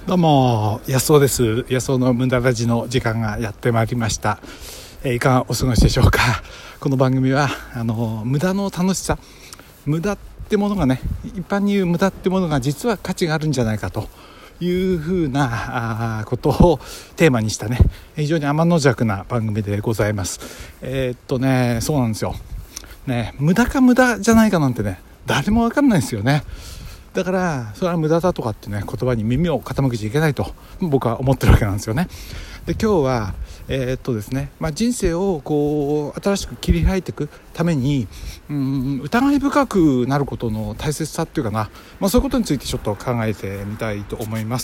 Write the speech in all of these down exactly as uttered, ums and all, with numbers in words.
どうも安尾です。安尾の無駄ラジの時間がやってまいりました。えー、いかがお過ごしでしょうか。この番組はあの無駄の楽しさ、無駄ってものがね、一般に言う無駄ってものが実は価値があるんじゃないかというふうなことをテーマにしたね、非常に天の弱な番組でございます。えー、っとねそうなんですよね。無駄か無駄じゃないかなんてね、誰も分かんないですよね。だからそれは無駄だとかってね、言葉に耳を傾けちゃいけないと僕は思ってるわけなんですよね。で今日はえー、っとですね、まあ、人生をこう新しく切り開いていくためにうーん疑い深くなることの大切さっていうかな、まあ、そういうことについてちょっと考えてみたいと思います。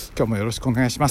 今日もよろしくお願いします。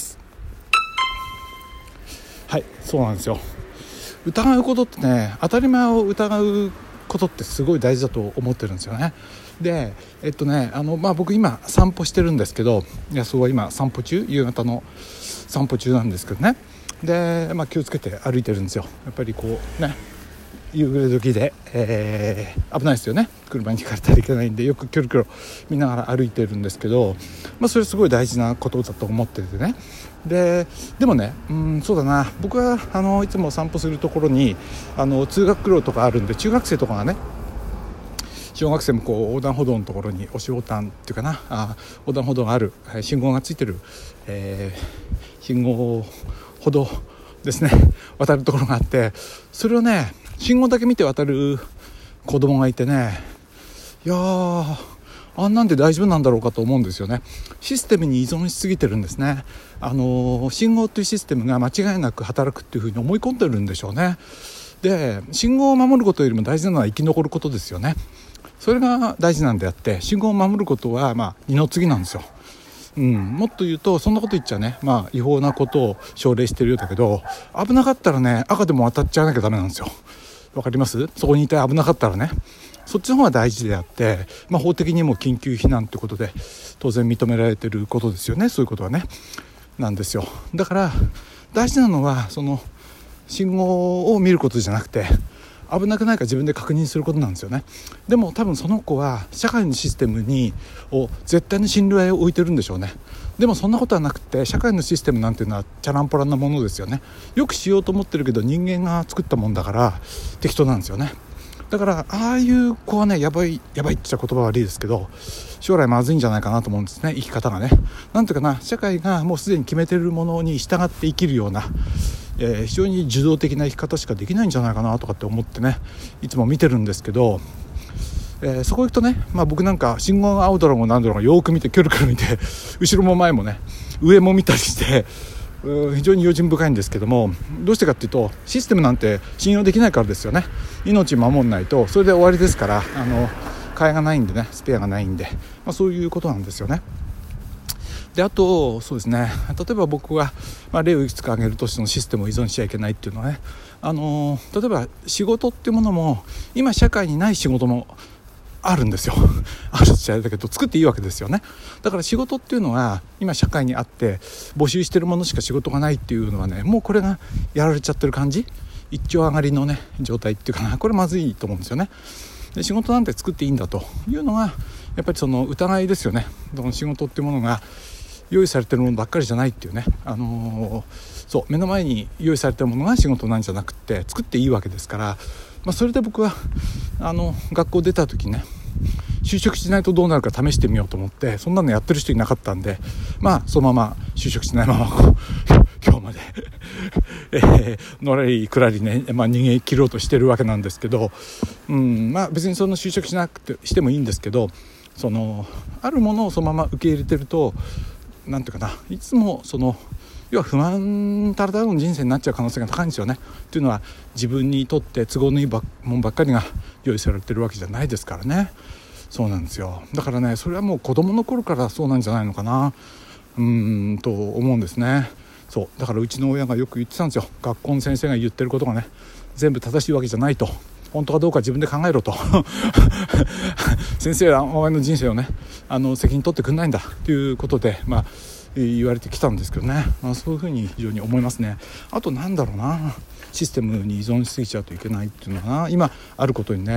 はい、そうなんですよ。疑うことってね、当たり前を疑うことってすごい大事だと思ってるんですよね。でえっとねあの、まあ、僕今散歩してるんですけど、いやそうは今散歩中、夕方の散歩中なんですけどね。で、まあ、気をつけて歩いてるんですよ。やっぱりこうね、夕暮れ時で、えー、危ないですよね。車にひかれたらいけないんで、よくキョロキョロ見ながら歩いてるんですけど、まあ、それすごい大事なことだと思っててね。ででもね、うんそうだな、僕はあのいつも散歩するところにあの通学路とかあるんで、中学生とかがね、小学生もこう横断歩道のところに押しボタンっていうかな、あ横断歩道がある、信号がついてる、えー、信号歩道ですね、渡るところがあって、それをね信号だけ見て渡る子供がいてね、いやーあんなんで大丈夫なんだろうかと思うんですよね。システムに依存しすぎてるんですね。あのー、信号というシステムが間違いなく働くっていうふうに思い込んでるんでしょうね。で信号を守ることよりも大事なのは生き残ることですよね。それが大事なんであって、信号を守ることはまあ二の次なんですよ。うん、もっと言うとそんなこと言っちゃね、まあ違法なことを奨励してるようだけど、危なかったらね赤でも渡っちゃわなきゃダメなんですよ。わかります？そこにいて危なかったらね、そっちの方が大事であって、まあ、法的にも緊急避難ってことで当然認められてることですよね。そういうことはねなんですよ。だから大事なのはその信号を見ることじゃなくて、危なくないか自分で確認することなんですよね。でも多分その子は社会のシステムにを絶対に信頼を置いてるんでしょうね。でもそんなことはなくて、社会のシステムなんていうのはチャランポランなものですよね。よくしようと思ってるけど人間が作ったもんだから適当なんですよね。だからああいう子はね、やばいやばいって言ったら言葉悪いですけど、将来まずいんじゃないかなと思うんですね。生き方がね、なんていうかな、社会がもうすでに決めてるものに従って生きるような、えー、非常に受動的な生き方しかできないんじゃないかなとかって思ってね、いつも見てるんですけど、えー、そこ行くとね、まあ、僕なんか信号が青だろうが何だろうがよく見て、キョロキョロ見て、後ろも前もね上も見たりして非常に用心深いんですけども、どうしてかっていうとシステムなんて信用できないからですよね。命守んないとそれで終わりですから、あの替えがないんでね、スペアがないんで、まあ、そういうことなんですよね。であとそうですね、例えば僕は、まあ、例をいくつか挙げると、そのシステムを依存しちゃいけないっていうのはね、あの例えば仕事っていうものも今社会にない仕事もあるんですよ。あるっちゃあれだけど作っていいわけですよね。だから仕事っていうのは今社会にあって募集してるものしか仕事がないっていうのはね、もうこれがやられちゃってる感じ、一丁上がりのね状態っていうかな、これまずいと思うんですよね。で仕事なんて作っていいんだというのがやっぱりその疑いですよね。その仕事っていうものが用意されてるものばっかりじゃないっていうね、あのー、そう目の前に用意されてるものが仕事なんじゃなくて作っていいわけですから、まあ、それで僕はあの学校出た時ね、就職しないとどうなるか試してみようと思って、そんなのやってる人いなかったんで、まあそのまま就職しないままこう今日までえー、のらりくらりね、まあ、逃げ切ろうとしてるわけなんですけど、うんまあ別にその就職しなくてしてもいいんですけど、そのあるものをそのまま受け入れてると、なんていうかな、いつもその要は不安たらたらの人生になっちゃう可能性が高いんですよね。というのは自分にとって都合のいいものばっかりが用意されてるわけじゃないですからね。そうなんですよ。だからね、それはもう子供の頃からそうなんじゃないのかな、うーんと思うんですね。そうだからうちの親がよく言ってたんですよ。学校の先生が言ってることがね全部正しいわけじゃないと、本当かどうか自分で考えろと先生はお前の人生をねあの責任取ってくんないんだということで、まあ言われてきたんですけどね、まあ、そういうふうに非常に思いますね。あとなんだろうな、システムに依存しすぎちゃうといけないっていうのはな、今あることにね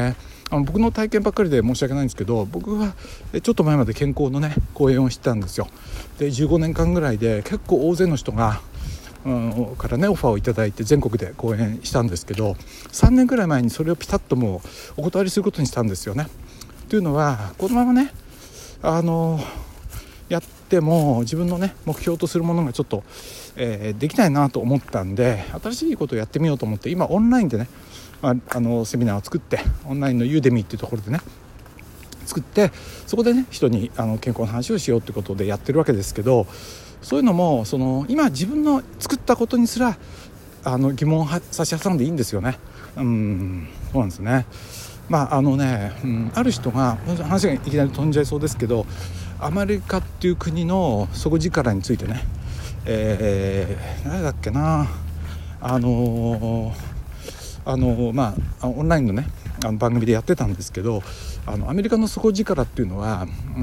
あの僕の体験ばっかりで申し訳ないんですけど、僕はちょっと前まで健康のね講演をしてたんですよ。でじゅうごねんかんぐらいで結構大勢の人が、うん、からねオファーをいただいて全国で講演したんですけど、さんねんぐらい前にそれをピタッともうお断りすることにしたんですよね。というのはこのままねあのやっても自分のね目標とするものがちょっと、えー、できないなと思ったんで、新しいことをやってみようと思って今オンラインでね、まあ、あのセミナーを作って、オンラインのユーデミーっていうところでね作って、そこでね人にあの健康の話をしようってことでやってるわけですけど、そういうのもその今自分の作ったことにすらあの疑問を差し挟んでいいんですよね。うんそうなんですね。まああのね、うん、ある人が話がいきなり飛んじゃいそうですけど、アメリカっていう国の底力についてね、えー、誰だっけなあのー、あのー、まあオンラインのねあの番組でやってたんですけど、あのアメリカの底力っていうのは、うん、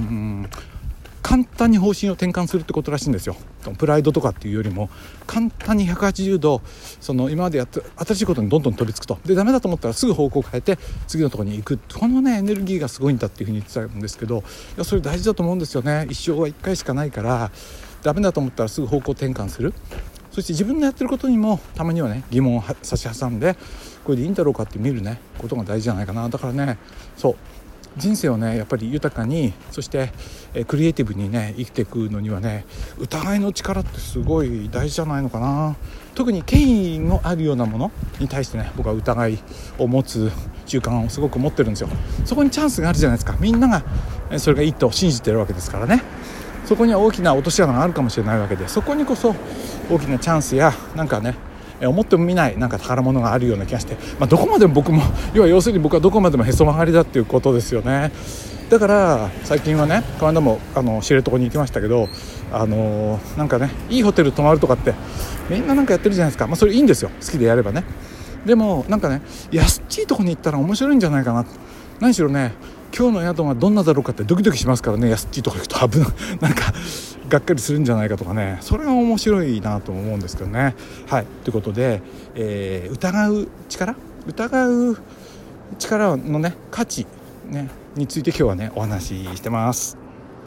簡単に方針を転換するってことらしいんですよ。プライドとかっていうよりも簡単にひゃくはちじゅうどその今までやって新しいことにどんどん飛びつくと、でダメだと思ったらすぐ方向を変えて次のところに行く、このねエネルギーがすごいんだっていうふうに言ってたんですけど、いやそれ大事だと思うんですよね。一生はいっかいしかないから、ダメだと思ったらすぐ方向転換する。そして自分のやってることにもたまにはね疑問を差し挟んで、これでいいんだろうかって見るねことが大事じゃないかな。だからね、そう人生をねやっぱり豊かに、そしてえクリエイティブにね生きていくのにはね、疑いの力ってすごい大事じゃないのかな。特に権威のあるようなものに対してね、僕は疑いを持つ習慣をすごく持ってるんですよ。そこにチャンスがあるじゃないですか。みんながそれがいいと信じてるわけですからね。そこには大きな落とし穴があるかもしれないわけで、そこにこそ大きなチャンスやなんかね思ってもみないなんか宝物があるような気がして、まあ、どこまでも僕も要は要するに僕はどこまでもへそ曲がりだっていうことですよね。だから最近はねこの間もあの知床に行きましたけど、あのー、なんかねいいホテル泊まるとかってみんななんかやってるじゃないですか。まあそれいいんですよ、好きでやればね。でもなんかね安っちいとこに行ったら面白いんじゃないかな。何しろね今日の宿がどんなだろうかってドキドキしますからね。安っちいとこ行くと危ないなんかがっかりするんじゃないかとかね、それが面白いなと思うんですけどね。はいということで、えー、疑う力疑う力のね価値ねについて今日はねお話ししてます。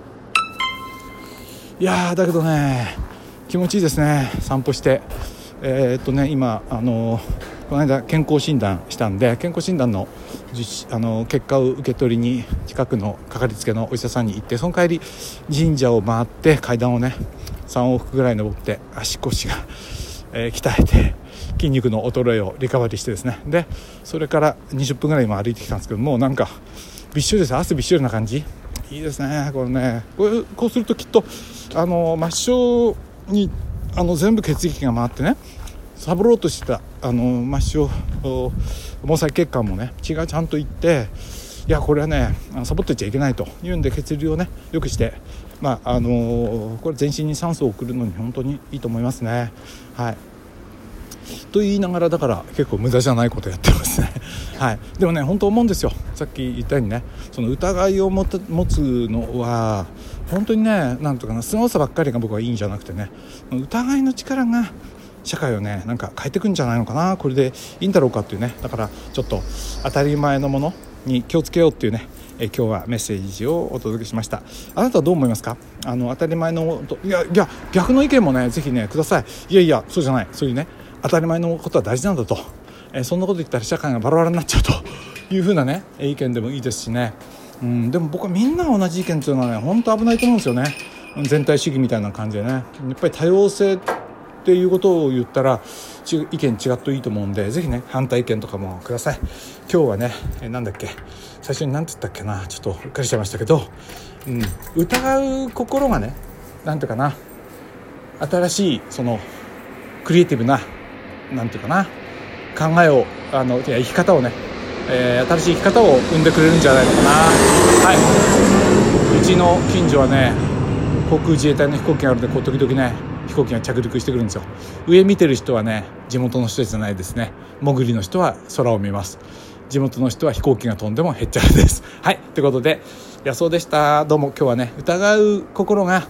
いやーだけどね気持ちいいですね、散歩して。えー、っとね今あのこの間健康診断したんで、健康診断のあの結果を受け取りに近くのかかりつけのお医者さんに行って、その帰り神社を回って階段をねさん往復ぐらい登って足腰が、えー、鍛えて筋肉の衰えをリカバリーしてですね、でそれからにじゅっぷんぐらい今歩いてきたんですけど、もうなんかびっしょりです。汗びっしょりな感じ、いいですねこれね。これこうするときっとあの末梢にあの全部血液が回ってね、サボろうとしたあの末梢毛細血管もね血がちゃんといって、いやこれはねサボってちゃいけないというんで血流をね良くして、まああのー、これ全身に酸素を送るのに本当にいいと思いますね。はいと言いながらだから結構無駄じゃないことやってますね。はい、でもね本当思うんですよ。さっき言ったようにね、その疑いを持つのは本当にねなんとかな素直さばっかりが僕はいいんじゃなくてね、疑いの力が社会をねなんか変えていくんじゃないのかな。これでいいんだろうかっていうね。だからちょっと当たり前のものに気をつけようっていうね、え今日はメッセージをお届けしました。あなたはどう思いますか？あの当たり前のいやいや逆の意見もねぜひねください。いやいやそうじゃない、そういうね当たり前のことは大事なんだと、えそんなこと言ったら社会がバラバラになっちゃうという風なね意見でもいいですしね。うん、でも僕はみんな同じ意見っていうのはね本当危ないと思うんですよね。全体主義みたいな感じでね、やっぱり多様性っていうことを言ったら意見違っといいと思うんで、ぜひね反対意見とかもください。今日はね、えー、なんだっけ最初に何て言ったっけな、ちょっとうっかりしちゃいましたけど、うん、疑う心がねなんていうかな、新しいそのクリエイティブななんていうかな考えをあの生き方をね、えー、新しい生き方を生んでくれるんじゃないのかな。はい、うちの近所はね航空自衛隊の飛行機があるので、こう時々ね飛行機が着陸してくるんですよ。上見てる人はね地元の人じゃないですね。潜りの人は空を見ます。地元の人は飛行機が飛んでもへっちゃらです。はいということで野草でした。どうも今日はね疑う心が、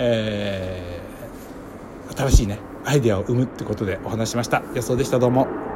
えー、新しいねアイデアを生むってことでお話しました。野草でした。どうも。